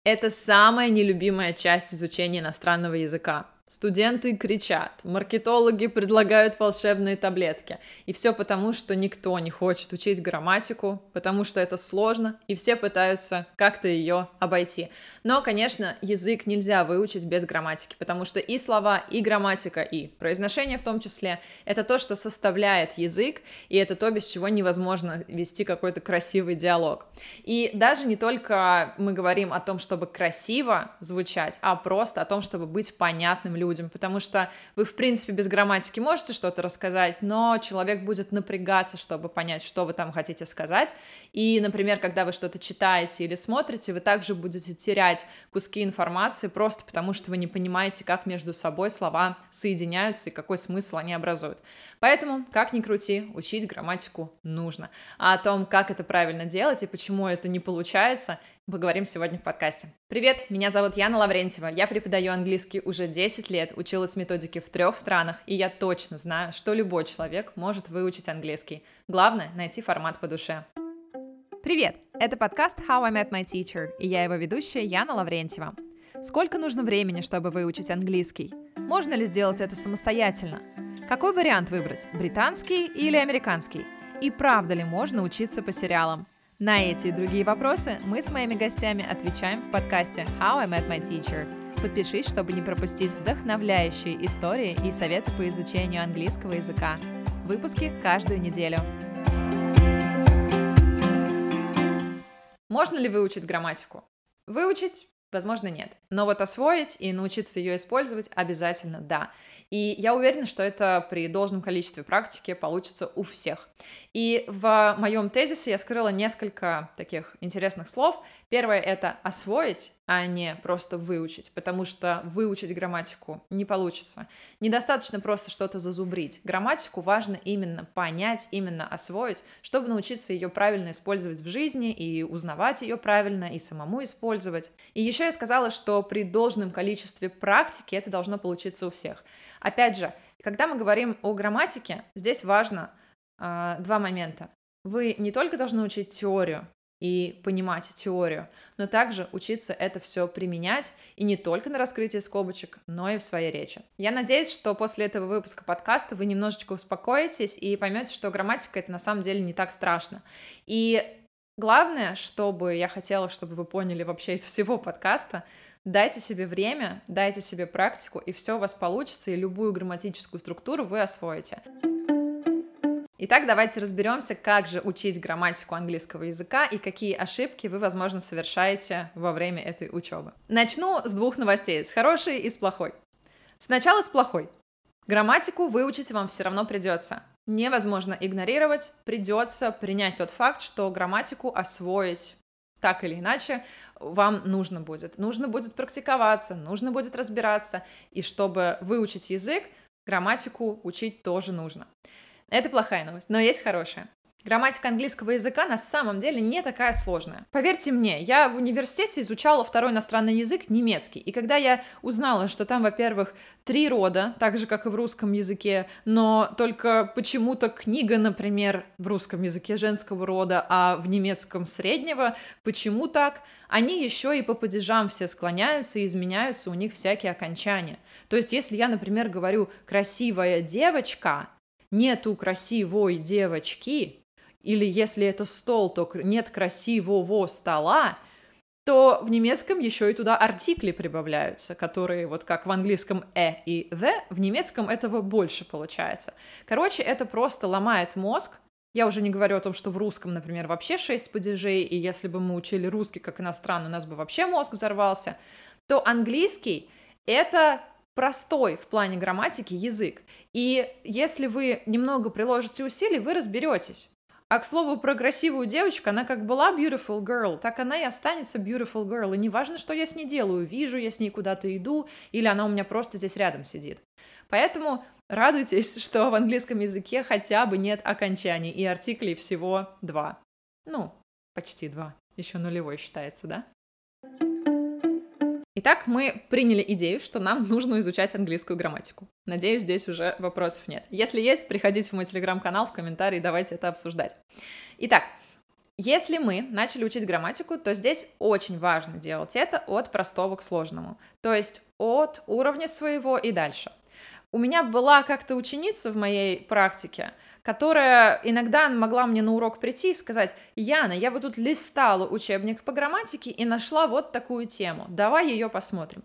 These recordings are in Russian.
Это самая нелюбимая часть изучения иностранного языка. Студенты кричат, маркетологи предлагают волшебные таблетки. И все потому, что никто не хочет учить грамматику, потому что это сложно, и все пытаются как-то ее обойти. Но, конечно, язык нельзя выучить без грамматики, потому что и слова, и грамматика, и произношение в том числе, это то, что составляет язык, и это то, без чего невозможно вести какой-то красивый диалог. И даже не только мы говорим о том, чтобы красиво звучать, а просто о том, чтобы быть понятным людям, потому что вы, в принципе, без грамматики можете что-то рассказать, но человек будет напрягаться, чтобы понять, что вы там хотите сказать, и, например, когда вы что-то читаете или смотрите, вы также будете терять куски информации просто потому, что вы не понимаете, как между собой слова соединяются и какой смысл они образуют. Поэтому, как ни крути, учить грамматику нужно. А о том, как это правильно делать и почему это не получается, поговорим сегодня в подкасте. Привет, меня зовут Яна Лаврентьева, я преподаю английский уже 10 лет, училась методике в 3 странах, и я точно знаю, что любой человек может выучить английский. Главное — найти формат по душе. Привет, это подкаст How I Met My Teacher, и я его ведущая Яна Лаврентьева. Сколько нужно времени, чтобы выучить английский? Можно ли сделать это самостоятельно? Какой вариант выбрать, британский или американский? И правда ли можно учиться по сериалам? На эти и другие вопросы мы с моими гостями отвечаем в подкасте How I Met My Teacher. Подпишись, чтобы не пропустить вдохновляющие истории и советы по изучению английского языка. Выпуски каждую неделю. Можно ли выучить грамматику? Выучить? Возможно, нет. Но вот освоить и научиться ее использовать обязательно да. И я уверена, что это при должном количестве практики получится у всех. И в моем тезисе я скрыла несколько таких интересных слов. Первое — это освоить, а не просто выучить, потому что выучить грамматику не получится. Недостаточно просто что-то зазубрить. Грамматику важно именно понять, именно освоить, чтобы научиться ее правильно использовать в жизни и узнавать ее правильно, и самому использовать. И еще я сказала, что при должном количестве практики это должно получиться у всех. Опять же, когда мы говорим о грамматике, здесь важно два момента. Вы не только должны учить теорию и понимать теорию, но также учиться это все применять, и не только на раскрытии скобочек, но и в своей речи. Я надеюсь, что после этого выпуска подкаста вы немножечко успокоитесь и поймете, что грамматика — это на самом деле не так страшно. И главное, чтобы я хотела, чтобы вы поняли вообще из всего подкаста, дайте себе время, дайте себе практику, и все у вас получится, и любую грамматическую структуру вы освоите. Итак, давайте разберемся, как же учить грамматику английского языка и какие ошибки вы, возможно, совершаете во время этой учебы. Начну с двух новостей, с хорошей и с плохой. Сначала с плохой. Грамматику выучить вам все равно придется. Невозможно игнорировать, придется принять тот факт, что грамматику освоить так или иначе вам нужно будет. Нужно будет практиковаться, нужно будет разбираться, и чтобы выучить язык, грамматику учить тоже нужно. Это плохая новость, но есть хорошая. Грамматика английского языка на самом деле не такая сложная. Поверьте мне, я в университете изучала второй иностранный язык — немецкий, и когда я узнала, что там, во-первых, 3 рода, так же, как и в русском языке, но только почему-то книга, например, в русском языке женского рода, а в немецком среднего, почему так? Они еще и по падежам все склоняются и изменяются у них всякие окончания. То есть, если я, например, говорю «красивая девочка», нету красивой девочки, или если это стол, то нет красивого стола, то в немецком еще и туда артикли прибавляются, которые вот как в английском и the, в немецком этого больше получается. Короче, это просто ломает мозг. Я уже не говорю о том, что в русском, например, вообще 6 падежей, и если бы мы учили русский как иностранный, у нас бы вообще мозг взорвался, то английский — это простой в плане грамматики язык. И если вы немного приложите усилий, вы разберетесь. А к слову про красивую девочку, она как была beautiful girl, так она и останется beautiful girl. И не важно, что я с ней делаю, вижу я с ней куда-то иду, или она у меня просто здесь рядом сидит. Поэтому радуйтесь, что в английском языке хотя бы нет окончаний, и артиклей всего 2. Ну, почти 2. Еще нулевой считается, да? Итак, мы приняли идею, что нам нужно изучать английскую грамматику. Надеюсь, здесь уже вопросов нет. Если есть, приходите в мой телеграм-канал, в комментарии, давайте это обсуждать. Итак, Если мы начали учить грамматику, то здесь очень важно делать это от простого к сложному, то есть от уровня своего и дальше. У меня была как-то ученица в моей практике, которая иногда могла мне на урок прийти и сказать: Яна, я вот тут листала учебник по грамматике и нашла вот такую тему, давай ее посмотрим.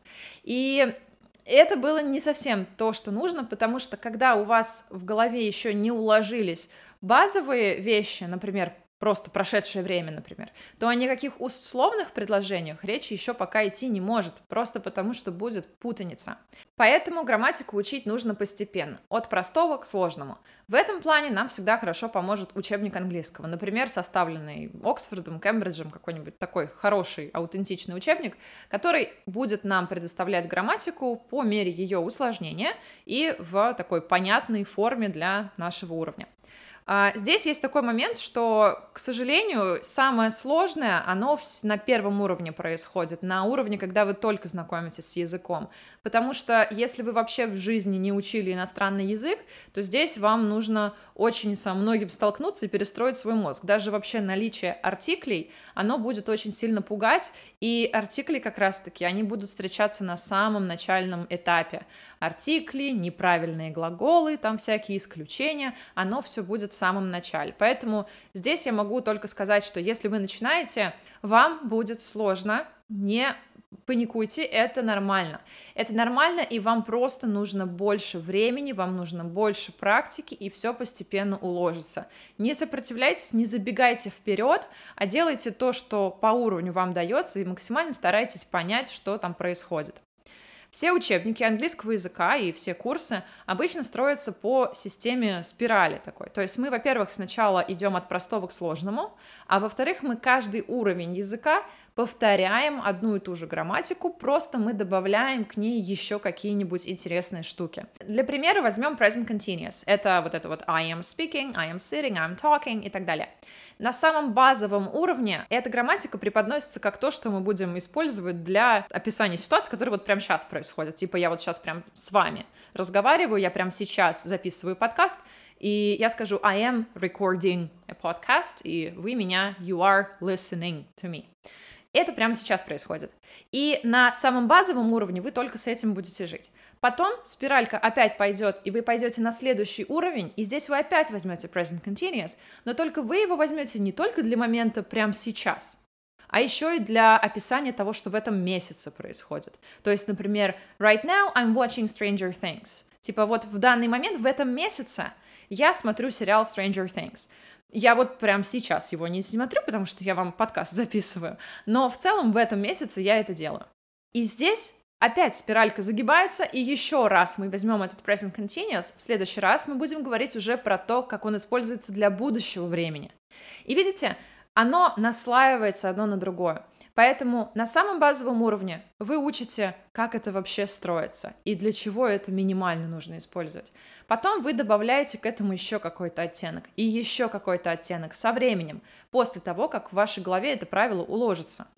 И это было не совсем то, что нужно, потому что когда у вас в голове еще не уложились базовые вещи, например, просто прошедшее время, например, то о никаких условных предложениях речи еще пока идти не может, просто потому что будет путаница. Поэтому грамматику учить нужно постепенно, от простого к сложному. В этом плане нам всегда хорошо поможет учебник английского, например, составленный Оксфордом, Кембриджем, какой-нибудь такой хороший, аутентичный учебник, который будет нам предоставлять грамматику по мере ее усложнения и в такой понятной форме для нашего уровня. Здесь есть такой момент, что, к сожалению, самое сложное, оно на первом уровне происходит, на уровне, когда вы только знакомитесь с языком. Потому что если вы вообще в жизни не учили иностранный язык, то здесь вам нужно очень со многим столкнуться и перестроить свой мозг. Даже вообще наличие артиклей, оно будет очень сильно пугать, и артикли как раз-таки, они будут встречаться на самом начальном этапе. Артикли, неправильные глаголы, там всякие исключения, оно все будет в самом начале. Поэтому здесь я могу только сказать, что если вы начинаете, вам будет сложно, не паникуйте, это нормально. Это нормально, и вам просто нужно больше времени, вам нужно больше практики, и все постепенно уложится. Не сопротивляйтесь, не забегайте вперед, а делайте то, что по уровню вам дается, и максимально старайтесь понять, что там происходит. Все учебники английского языка и все курсы обычно строятся по системе спирали такой. То есть мы, во-первых, сначала идем от простого к сложному, а во-вторых, мы каждый уровень языка повторяем одну и ту же грамматику, просто мы добавляем к ней еще какие-нибудь интересные штуки. Для примера возьмем present continuous. Это вот I am speaking, I am sitting, I am talking и так далее. На самом базовом уровне эта грамматика преподносится как то, что мы будем использовать для описания ситуации, которая вот прямо сейчас происходит. Типа я вот сейчас прям с вами разговариваю, я прямо сейчас записываю подкаст, и я скажу I am recording a podcast, и вы меня, you are listening to me. Это прямо сейчас происходит. И на самом базовом уровне вы только с этим будете жить. Потом спиралька опять пойдет, и вы пойдете на следующий уровень, и здесь вы опять возьмете present continuous, но только вы его возьмете не только для момента прямо сейчас, а еще и для описания того, что в этом месяце происходит. То есть, например, right now I'm watching Stranger Things. Типа вот в данный момент, в этом месяце я смотрю сериал Stranger Things. Я вот прямо сейчас его не смотрю, потому что я вам подкаст записываю, но в целом в этом месяце я это делаю. И здесь опять спиралька загибается, и еще раз мы возьмем этот present continuous, в следующий раз мы будем говорить уже про то, как он используется для будущего времени. И видите, оно наслаивается одно на другое. Поэтому на самом базовом уровне вы учите, как это вообще строится и для чего это минимально нужно использовать. Потом вы добавляете к этому еще какой-то оттенок и еще какой-то оттенок со временем, после того, как в вашей голове это правило уложится.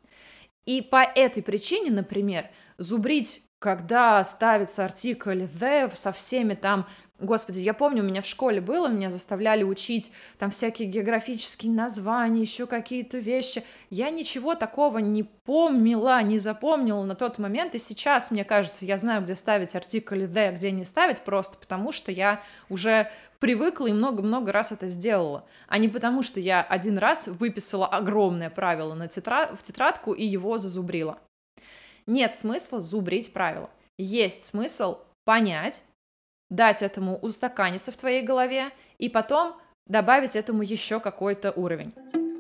И по этой причине, например, зубрить, когда ставится артикль the со всеми там... Господи, я помню, у меня в школе было, меня заставляли учить там всякие географические названия, еще какие-то вещи. Я ничего такого не помнила, не запомнила на тот момент, и сейчас, мне кажется, я знаю, где ставить артикль the, где не ставить, просто потому что я уже привыкла и много-много раз это сделала, а не потому что я один раз выписала огромное правило в тетрадку и его зазубрила. Нет смысла зубрить правила. Есть смысл понять, дать этому устаканиться в твоей голове и потом добавить этому еще какой-то уровень.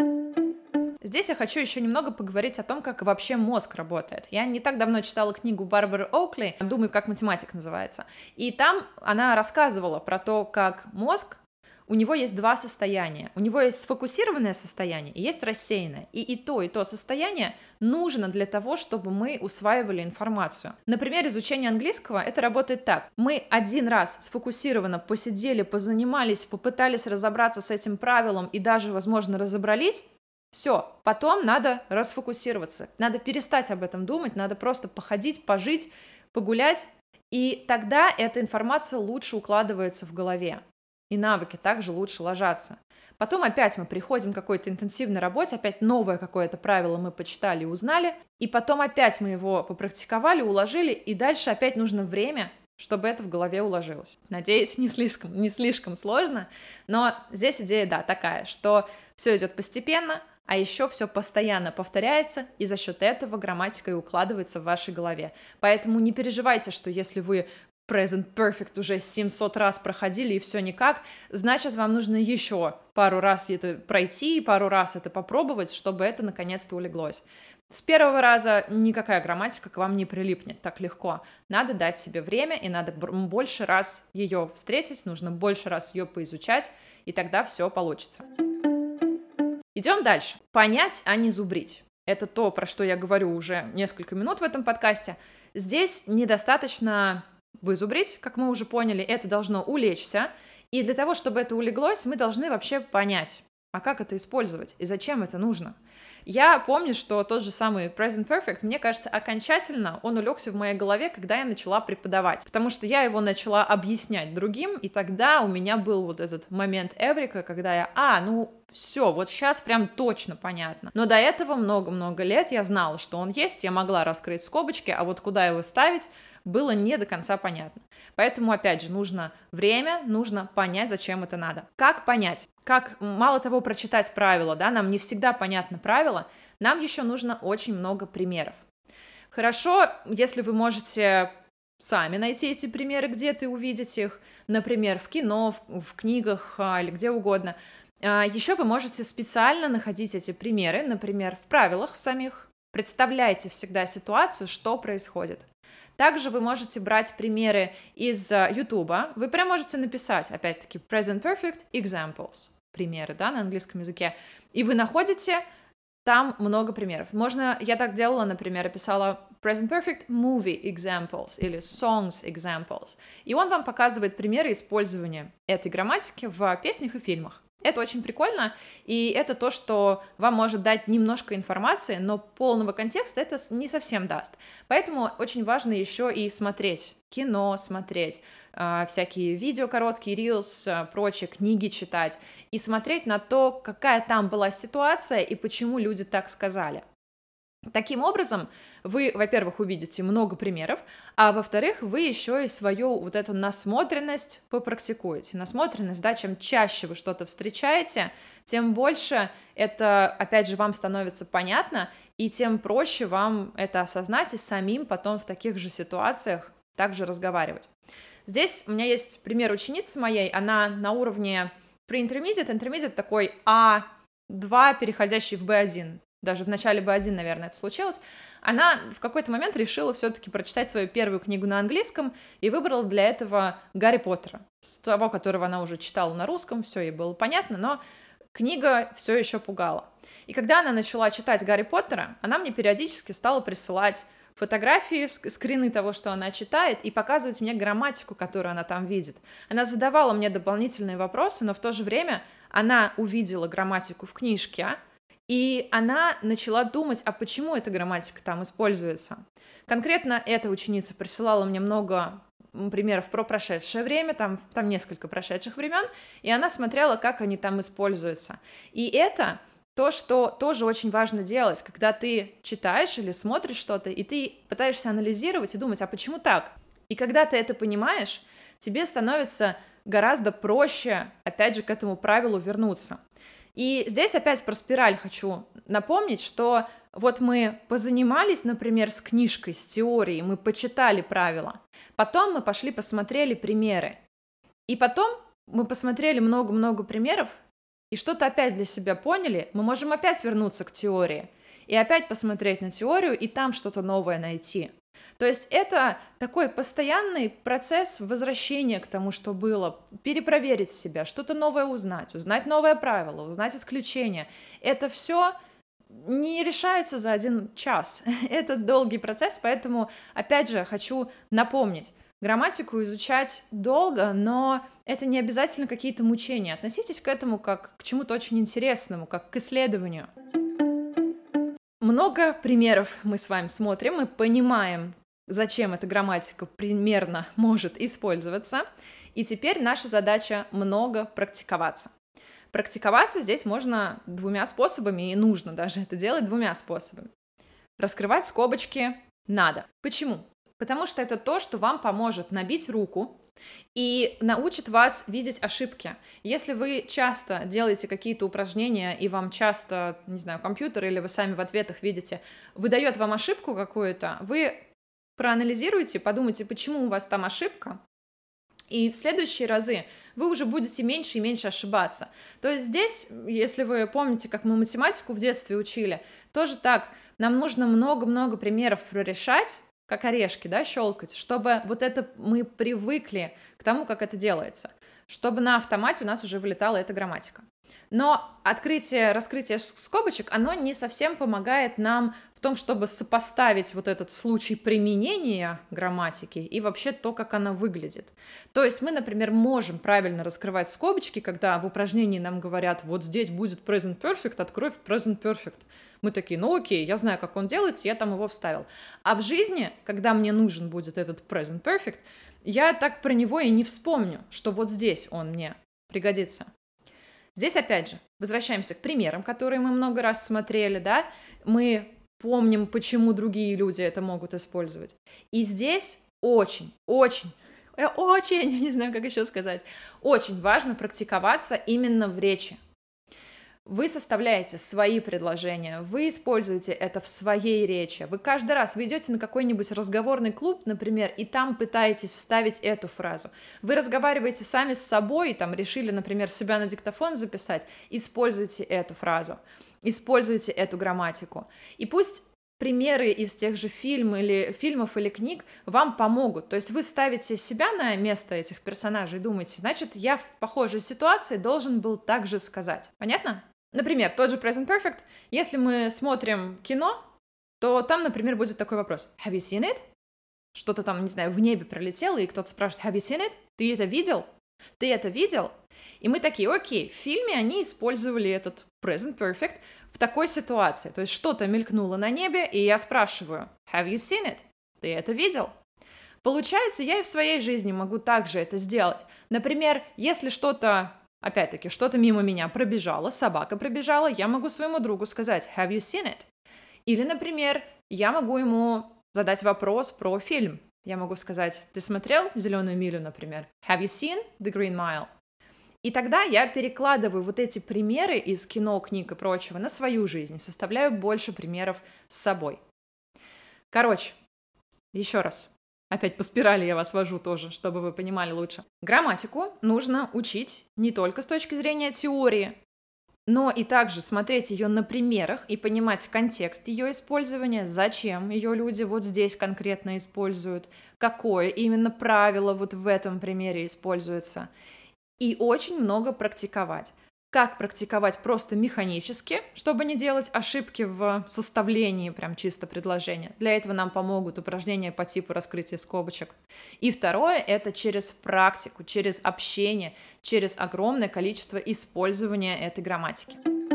Здесь я хочу еще немного поговорить о том, как вообще мозг работает. Я не так давно читала книгу Барбары Оукли «Думай, как математик» называется. И там она рассказывала про то, как мозг, у него есть два состояния. У него есть сфокусированное состояние и есть рассеянное. И то состояние нужно для того, чтобы мы усваивали информацию. Например, изучение английского, это работает так. Мы один раз сфокусированно посидели, позанимались, попытались разобраться с этим правилом и даже, возможно, разобрались. Все, потом надо расфокусироваться. Надо перестать об этом думать, надо просто походить, пожить, погулять. И тогда эта информация лучше укладывается в голове. и навыки также лучше ложатся. Потом опять мы приходим к какой-то интенсивной работе, опять новое какое-то правило мы почитали и узнали, и потом опять мы его попрактиковали, уложили, и дальше опять нужно время, чтобы это в голове уложилось. Надеюсь, не слишком сложно, но здесь идея, да, такая, что все идет постепенно, а еще все постоянно повторяется, и за счет этого грамматика и укладывается в вашей голове. Поэтому не переживайте, что если вы Present Perfect уже 700 раз проходили и все никак, значит, вам нужно еще пару раз это пройти, пару раз это попробовать, чтобы это наконец-то улеглось. С первого раза никакая грамматика к вам не прилипнет так легко. Надо дать себе время, и надо больше раз ее встретить, нужно больше раз ее поизучать, и тогда все получится. Идем дальше. Понять, а не зубрить. Это то, про что я говорю уже несколько минут в этом подкасте. Здесь недостаточно вызубрить, как мы уже поняли, это должно улечься. И для того, чтобы это улеглось, мы должны вообще понять, а как это использовать и зачем это нужно. Я помню, что тот же самый Present Perfect, мне кажется, окончательно он улегся в моей голове, когда я начала преподавать, потому что я его начала объяснять другим, и тогда у меня был вот этот момент эврика, когда я, все, вот сейчас прям точно понятно. Но до этого много-много лет я знала, что он есть, я могла раскрыть скобочки, а вот куда его ставить, было не до конца понятно. Поэтому, опять же, нужно время, нужно понять, зачем это надо. Как понять? Как мало того прочитать правила, да, нам не всегда понятно правила, нам еще нужно очень много примеров. Хорошо, если вы можете сами найти эти примеры где-то и увидеть их, например, в кино, в книгах или где угодно. Еще вы можете специально находить эти примеры, например, в правилах в самих. Представляйте всегда ситуацию, что происходит. Также вы можете брать примеры из YouTube. Вы прям можете написать, опять-таки, Present Perfect Examples, примеры, да, на английском языке, и вы находите там много примеров. Можно, я так делала, например, писала Present Perfect Movie Examples или Songs Examples, и он вам показывает примеры использования этой грамматики в песнях и фильмах. Это очень прикольно, и это то, что вам может дать немножко информации, но полного контекста это не совсем даст. Поэтому очень важно еще и смотреть кино, смотреть всякие видео короткие, рилс, прочие книги читать, и смотреть на то, какая там была ситуация и почему люди так сказали. Таким образом, вы, во-первых, увидите много примеров, а во-вторых, вы еще и свою вот эту насмотренность попрактикуете. Насмотренность, да, чем чаще вы что-то встречаете, тем больше это, опять же, вам становится понятно, и тем проще вам это осознать и самим потом в таких же ситуациях также разговаривать. Здесь у меня есть пример ученицы моей, она на уровне pre-intermediate, intermediate такой А2, переходящий в Б1. Даже в начале B1, наверное, это случилось, она в какой-то момент решила все-таки прочитать свою первую книгу на английском и выбрала для этого Гарри Поттера, с того, которого она уже читала на русском, все ей было понятно, но книга все еще пугала. И когда она начала читать Гарри Поттера, она мне периодически стала присылать фотографии, скрины того, что она читает, и показывать мне грамматику, которую она там видит. Она задавала мне дополнительные вопросы, но в то же время она увидела грамматику в книжке, и она начала думать, а почему эта грамматика там используется. Конкретно эта ученица присылала мне много примеров про прошедшее время, там несколько прошедших времен, и она смотрела, как они там используются. И это то, что тоже очень важно делать, когда ты читаешь или смотришь что-то, и ты пытаешься анализировать и думать, а почему так? И когда ты это понимаешь, тебе становится гораздо проще, опять же, к этому правилу вернуться. И здесь опять про спираль хочу напомнить, что вот мы позанимались, например, с книжкой, с теорией, мы почитали правила, потом мы пошли посмотрели примеры, и потом мы посмотрели много-много примеров, и что-то опять для себя поняли, мы можем опять вернуться к теории, и опять посмотреть на теорию, и там что-то новое найти. То есть это такой постоянный процесс возвращения к тому, что было, перепроверить себя, что-то новое узнать новое правило, узнать исключения. Это все не решается за 1 час. Это долгий процесс, поэтому, опять же, хочу напомнить, грамматику изучать долго, но это не обязательно какие-то мучения. Относитесь к этому как к чему-то очень интересному, как к исследованию. Много примеров мы с вами смотрим, мы понимаем, зачем эта грамматика примерно может использоваться. И теперь наша задача много практиковаться. Практиковаться здесь можно двумя способами, и нужно даже это делать двумя способами. Раскрывать скобочки надо. Почему? Потому что это то, что вам поможет набить руку и научит вас видеть ошибки. Если вы часто делаете какие-то упражнения, и вам часто, не знаю, компьютер или вы сами в ответах видите, выдает вам ошибку какую-то, вы проанализируйте, подумайте, почему у вас там ошибка, и в следующие разы вы уже будете меньше и меньше ошибаться. То есть здесь, если вы помните, как мы математику в детстве учили, тоже так, нам нужно много-много примеров прорешать, как орешки, да, щелкать, чтобы вот это мы привыкли к тому, как это делается, чтобы на автомате у нас уже вылетала эта грамматика. Но раскрытие скобочек, оно не совсем помогает нам в том, чтобы сопоставить вот этот случай применения грамматики и вообще то, как она выглядит. То есть мы, например, можем правильно раскрывать скобочки, когда в упражнении нам говорят, вот здесь будет present perfect, открой в present perfect. Мы такие, ну окей, я знаю, как он делается, я там его вставил. А в жизни, когда мне нужен будет этот present perfect, я так про него и не вспомню, что вот здесь он мне пригодится. Здесь, опять же, возвращаемся к примерам, которые мы много раз смотрели, да, мы помним, почему другие люди это могут использовать. И здесь очень, не знаю, как еще сказать, очень важно практиковаться именно в речи. Вы составляете свои предложения, вы используете это в своей речи. Вы каждый раз вы идете на какой-нибудь разговорный клуб, например, и там пытаетесь вставить эту фразу. Вы разговариваете сами с собой, там решили, например, себя на диктофон записать, используйте эту фразу, используйте эту грамматику. И пусть примеры из тех же фильмов или книг вам помогут. То есть вы ставите себя на место этих персонажей и думаете, значит, я в похожей ситуации должен был так же сказать. Понятно? Например, тот же Present Perfect, если мы смотрим кино, то там, например, будет такой вопрос. Have you seen it? Что-то там, не знаю, в небе пролетело, и кто-то спрашивает, have you seen it? Ты это видел? Ты это видел? И мы такие, окей, в фильме они использовали этот Present Perfect в такой ситуации. То есть что-то мелькнуло на небе, и я спрашиваю, have you seen it? Ты это видел? Получается, я и в своей жизни могу также это сделать. Например, если что-то мимо меня пробежало, собака пробежала, я могу своему другу сказать «Have you seen it?» Или, например, я могу ему задать вопрос про фильм. Я могу сказать «Ты смотрел «Зеленую милю», например?» «Have you seen The Green Mile?» И тогда я перекладываю вот эти примеры из кино, книг и прочего на свою жизнь, составляю больше примеров с собой. Короче, еще раз. Опять по спирали я вас вожу тоже, чтобы вы понимали лучше. Грамматику нужно учить не только с точки зрения теории, но и также смотреть ее на примерах и понимать контекст ее использования, зачем ее люди вот здесь конкретно используют, какое именно правило вот в этом примере используется. И очень много практиковать. Как практиковать просто механически, чтобы не делать ошибки в составлении прям чисто предложения. Для этого нам помогут упражнения по типу раскрытия скобочек. И второе — это через практику, через общение, через огромное количество использования этой грамматики.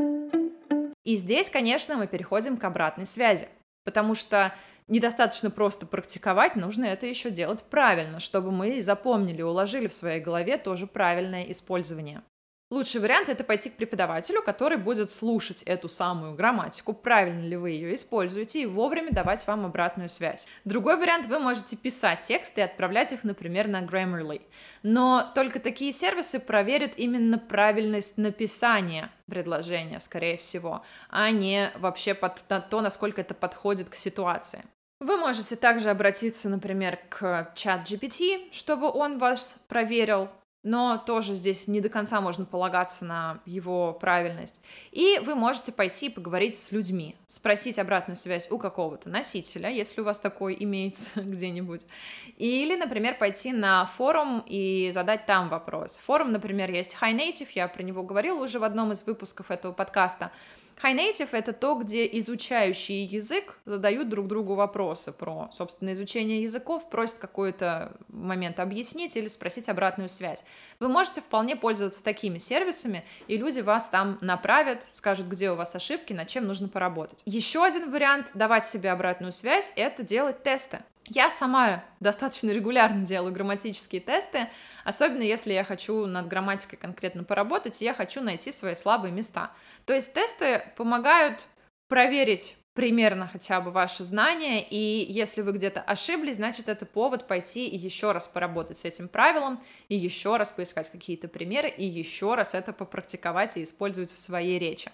И здесь, конечно, мы переходим к обратной связи, потому что недостаточно просто практиковать, нужно это еще делать правильно, чтобы мы запомнили, уложили в своей голове тоже правильное использование. Лучший вариант — это пойти к преподавателю, который будет слушать эту самую грамматику, правильно ли вы ее используете, и вовремя давать вам обратную связь. Другой вариант — вы можете писать тексты и отправлять их, например, на Grammarly. Но только такие сервисы проверят именно правильность написания предложения, скорее всего, а не вообще то, насколько это подходит к ситуации. Вы можете также обратиться, например, к ChatGPT, чтобы он вас проверил, но тоже здесь не до конца можно полагаться на его правильность. И вы можете пойти и поговорить с людьми, спросить обратную связь у какого-то носителя, если у вас такой имеется где-нибудь. Или, например, пойти на форум и задать там вопрос. Форум, например, есть Hi Native, я про него говорила уже в одном из выпусков этого подкаста. Hi Native — это то, где изучающие язык задают друг другу вопросы про, собственно, изучение языков, просят какой-то момент объяснить или спросить обратную связь. Вы можете вполне пользоваться такими сервисами, и люди вас там направят, скажут, где у вас ошибки, над чем нужно поработать. Еще один вариант давать себе обратную связь — это делать тесты. Я сама достаточно регулярно делаю грамматические тесты, особенно если я хочу над грамматикой конкретно поработать, и я хочу найти свои слабые места. То есть тесты помогают проверить примерно хотя бы ваши знания, и если вы где-то ошиблись, значит, это повод пойти и еще раз поработать с этим правилом, и еще раз поискать какие-то примеры, и еще раз это попрактиковать и использовать в своей речи.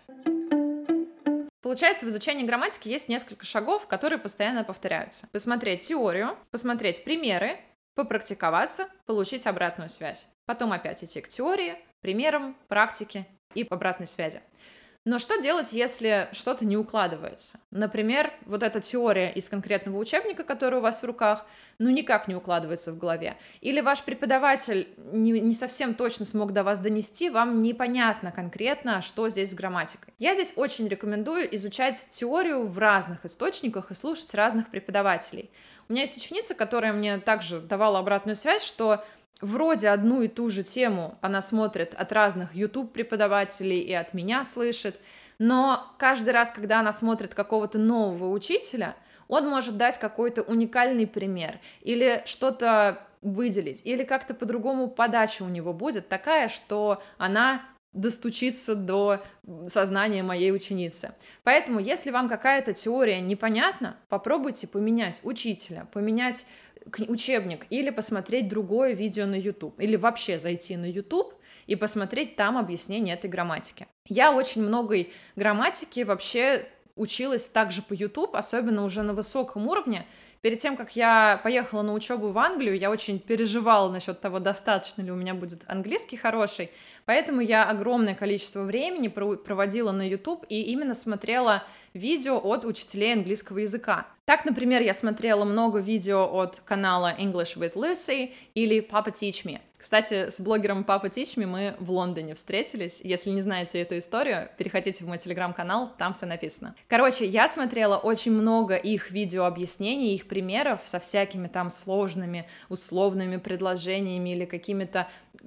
Получается, в изучении грамматики есть несколько шагов, которые постоянно повторяются. Посмотреть теорию, посмотреть примеры, попрактиковаться, получить обратную связь. Потом опять идти к теории, примерам, практике и обратной связи. Но что делать, если что-то не укладывается? Например, вот эта теория из конкретного учебника, который у вас в руках, ну никак не укладывается в голове. Или ваш преподаватель не совсем точно смог до вас донести, вам непонятно конкретно, что здесь с грамматикой. Я здесь очень рекомендую изучать теорию в разных источниках и слушать разных преподавателей. У меня есть ученица, которая мне также давала обратную связь, что вроде одну и ту же тему она смотрит от разных YouTube-преподавателей и от меня слышит, но каждый раз, когда она смотрит какого-то нового учителя, он может дать какой-то уникальный пример или что-то выделить, или как-то по-другому подача у него будет такая, что она достучится до сознания моей ученицы. Поэтому, если вам какая-то теория непонятна, попробуйте поменять учителя, поменять учебник или посмотреть другое видео на YouTube, или вообще зайти на YouTube и посмотреть там объяснение этой грамматики. Я очень многой грамматики вообще училась также по YouTube, особенно уже на высоком уровне. Перед тем, как я поехала на учебу в Англию, я очень переживала насчет того, достаточно ли у меня будет английский хороший, поэтому я огромное количество времени проводила на YouTube и именно смотрела видео от учителей английского языка. Так, например, я смотрела много видео от канала English with Lucy или Papa Teach Me. Кстати, с блогером Papa Teach Me мы в Лондоне встретились. Если не знаете эту историю, переходите в мой телеграм-канал, там все написано. Короче, я смотрела очень много их видеообъяснений, их примеров со всякими там сложными условными предложениями или какими-то,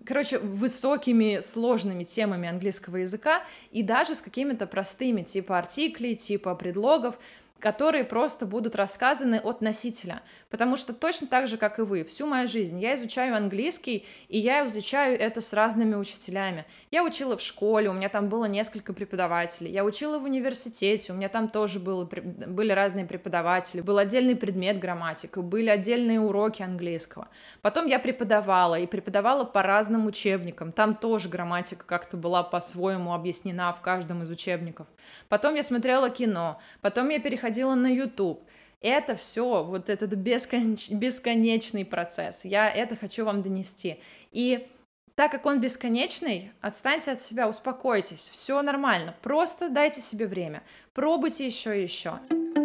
высокими сложными темами английского языка и даже с какими-то простыми типа артиклей, типа предлогов, которые просто будут рассказаны от носителя. Потому что точно так же, как и вы, всю мою жизнь я изучаю английский, и я изучаю это с разными учителями. Я учила в школе, у меня там было несколько преподавателей. Я учила в университете, у меня там тоже были разные преподаватели. Был отдельный предмет грамматика, были отдельные уроки английского. Потом я преподавала, и преподавала по разным учебникам. Там тоже грамматика как-то была по-своему объяснена в каждом из учебников. Потом я смотрела кино, потом я переходила на YouTube. Это все, вот этот бесконечный процесс. Я это хочу вам донести. И так как он бесконечный, отстаньте от себя, успокойтесь, все нормально. Просто дайте себе время. Пробуйте еще и еще.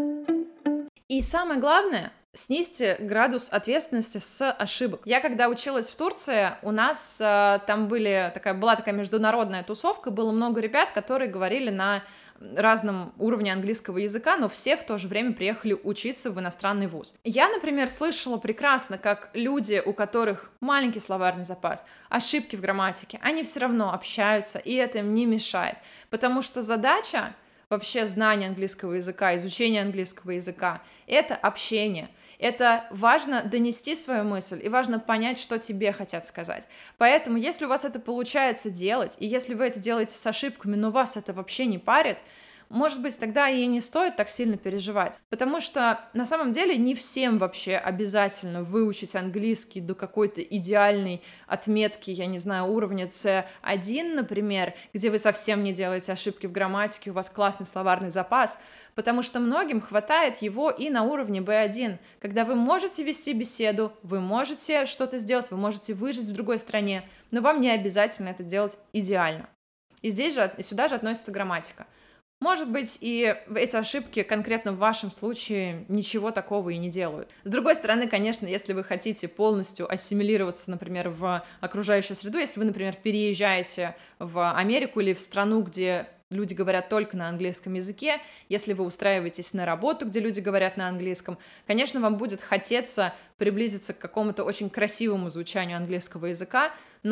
И самое главное, снизьте градус ответственности с ошибок. Я когда училась в Турции, у нас там была такая международная тусовка, было много ребят, которые говорили на разном уровне английского языка, но все в то же время приехали учиться в иностранный вуз. Я, например, слышала прекрасно, как люди, у которых маленький словарный запас, ошибки в грамматике, они все равно общаются, и это им не мешает, потому что задача вообще знания английского языка, изучения английского языка — это общение. Это важно донести свою мысль, и важно понять, что тебе хотят сказать. Поэтому, если у вас это получается делать, и если вы это делаете с ошибками, но вас это вообще не парит, может быть, тогда и не стоит так сильно переживать. Потому что на самом деле не всем вообще обязательно выучить английский до какой-то идеальной отметки, я не знаю, уровня C1, например, где вы совсем не делаете ошибки в грамматике, у вас классный словарный запас, потому что многим хватает его и на уровне B1, когда вы можете вести беседу, вы можете что-то сделать, вы можете выжить в другой стране, но вам не обязательно это делать идеально. И сюда же относится грамматика. Может быть, и эти ошибки конкретно в вашем случае ничего такого и не делают. С другой стороны, конечно, если вы хотите полностью ассимилироваться, например, в окружающую среду, если вы, например, переезжаете в Америку или в страну, где люди говорят только на английском языке, если вы устраиваетесь на работу, где люди говорят на английском, конечно, вам будет хотеться приблизиться к какому-то очень красивому звучанию английского языка, но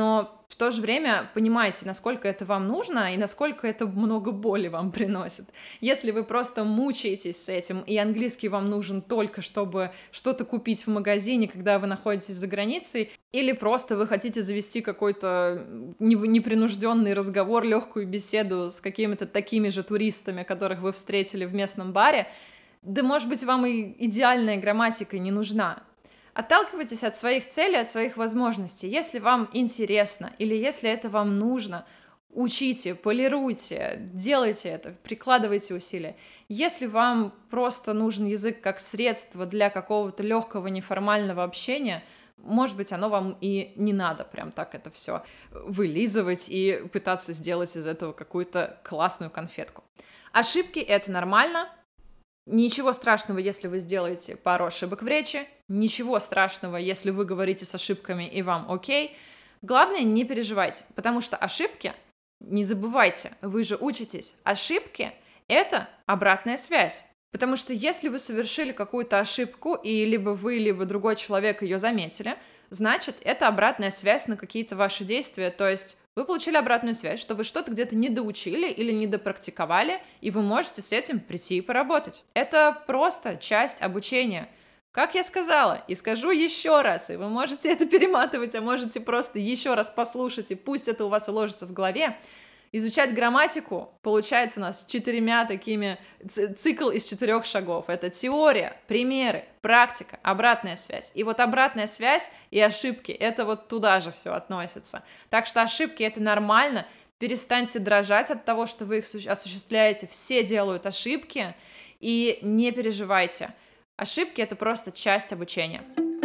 в то же время понимайте, насколько это вам нужно и насколько это много боли вам приносит. Если вы просто мучаетесь с этим, и английский вам нужен только, чтобы что-то купить в магазине, когда вы находитесь за границей, или просто вы хотите завести какой-то непринужденный разговор, легкую беседу с какими-то такими же туристами, которых вы встретили в местном баре, да, может быть, вам и идеальная грамматика не нужна. Отталкивайтесь от своих целей, от своих возможностей. Если вам интересно или если это вам нужно, учите, полируйте, делайте это, прикладывайте усилия. Если вам просто нужен язык как средство для какого-то легкого неформального общения, может быть, оно вам и не надо прям так это все вылизывать и пытаться сделать из этого какую-то классную конфетку. Ошибки — это нормально. Ничего страшного, если вы сделаете пару ошибок в речи, ничего страшного, если вы говорите с ошибками и вам окей. Главное, не переживайте, потому что ошибки, не забывайте, вы же учитесь, ошибки — это обратная связь. Потому что если вы совершили какую-то ошибку, и либо вы, либо другой человек ее заметили, значит, это обратная связь на какие-то ваши действия, то есть вы получили обратную связь, что вы что-то где-то недоучили или недопрактиковали, и вы можете с этим прийти и поработать. Это просто часть обучения. Как я сказала, и скажу еще раз, и вы можете это перематывать, а можете просто еще раз послушать, и пусть это у вас уложится в голове. Изучать грамматику получается у нас 4 такими, цикл из 4 шагов. Это теория, примеры, практика, обратная связь. И вот обратная связь и ошибки, это вот туда же все относится. Так что ошибки — это нормально. Перестаньте дрожать от того, что вы их осуществляете. Все делают ошибки, и не переживайте. Ошибки — это просто часть обучения.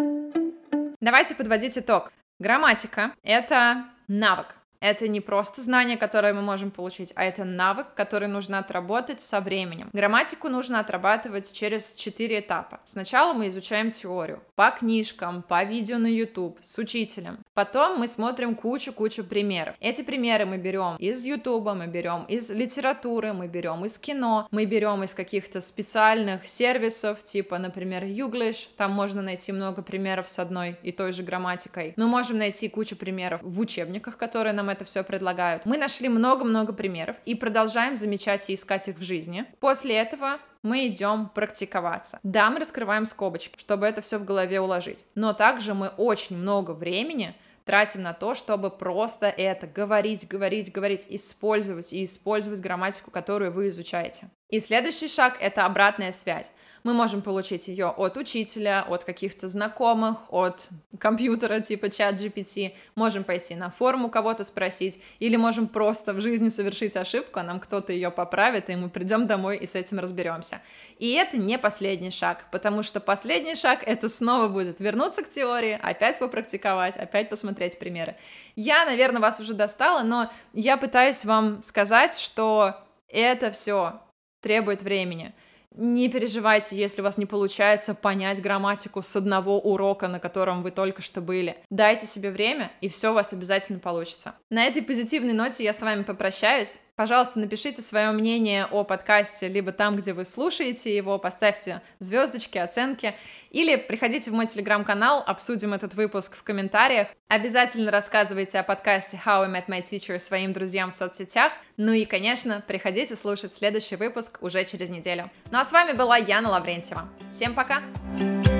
Давайте подводить итог. Грамматика — это навык. Это не просто знание, которое мы можем получить, а это навык, который нужно отработать со временем. Грамматику нужно отрабатывать через 4 этапа. Сначала мы изучаем теорию по книжкам, по видео на YouTube, с учителем. Потом мы смотрим кучу примеров. Эти примеры мы берем из YouTube, мы берем из литературы, мы берем из кино, мы берем из каких-то специальных сервисов, типа, например, Youglish. Там можно найти много примеров с одной и той же грамматикой. Мы можем найти кучу примеров в учебниках, которые нам это все предлагают. Мы нашли много-много примеров и продолжаем замечать и искать их в жизни. После этого мы идем практиковаться. Да, мы раскрываем скобочки, чтобы это все в голове уложить, но также мы очень много времени тратим на то, чтобы просто это говорить, использовать грамматику, которую вы изучаете. И следующий шаг — это обратная связь. Мы можем получить ее от учителя, от каких-то знакомых, от компьютера типа ChatGPT, можем пойти на форум у кого-то спросить, или можем просто в жизни совершить ошибку, а нам кто-то ее поправит, и мы придем домой и с этим разберемся. И это не последний шаг, потому что последний шаг — это снова будет вернуться к теории, опять попрактиковать, опять посмотреть примеры. Я, наверное, вас уже достала, но я пытаюсь вам сказать, что это все требует времени. Не переживайте, если у вас не получается понять грамматику с одного урока, на котором вы только что были. Дайте себе время, и все у вас обязательно получится. На этой позитивной ноте я с вами попрощаюсь. Пожалуйста, напишите свое мнение о подкасте либо там, где вы слушаете его, поставьте звездочки, оценки, или приходите в мой телеграм-канал, обсудим этот выпуск в комментариях. Обязательно рассказывайте о подкасте How I Met My Teacher своим друзьям в соцсетях. Ну и, конечно, приходите слушать следующий выпуск уже через неделю. Ну а с вами была Яна Лаврентьева. Всем пока!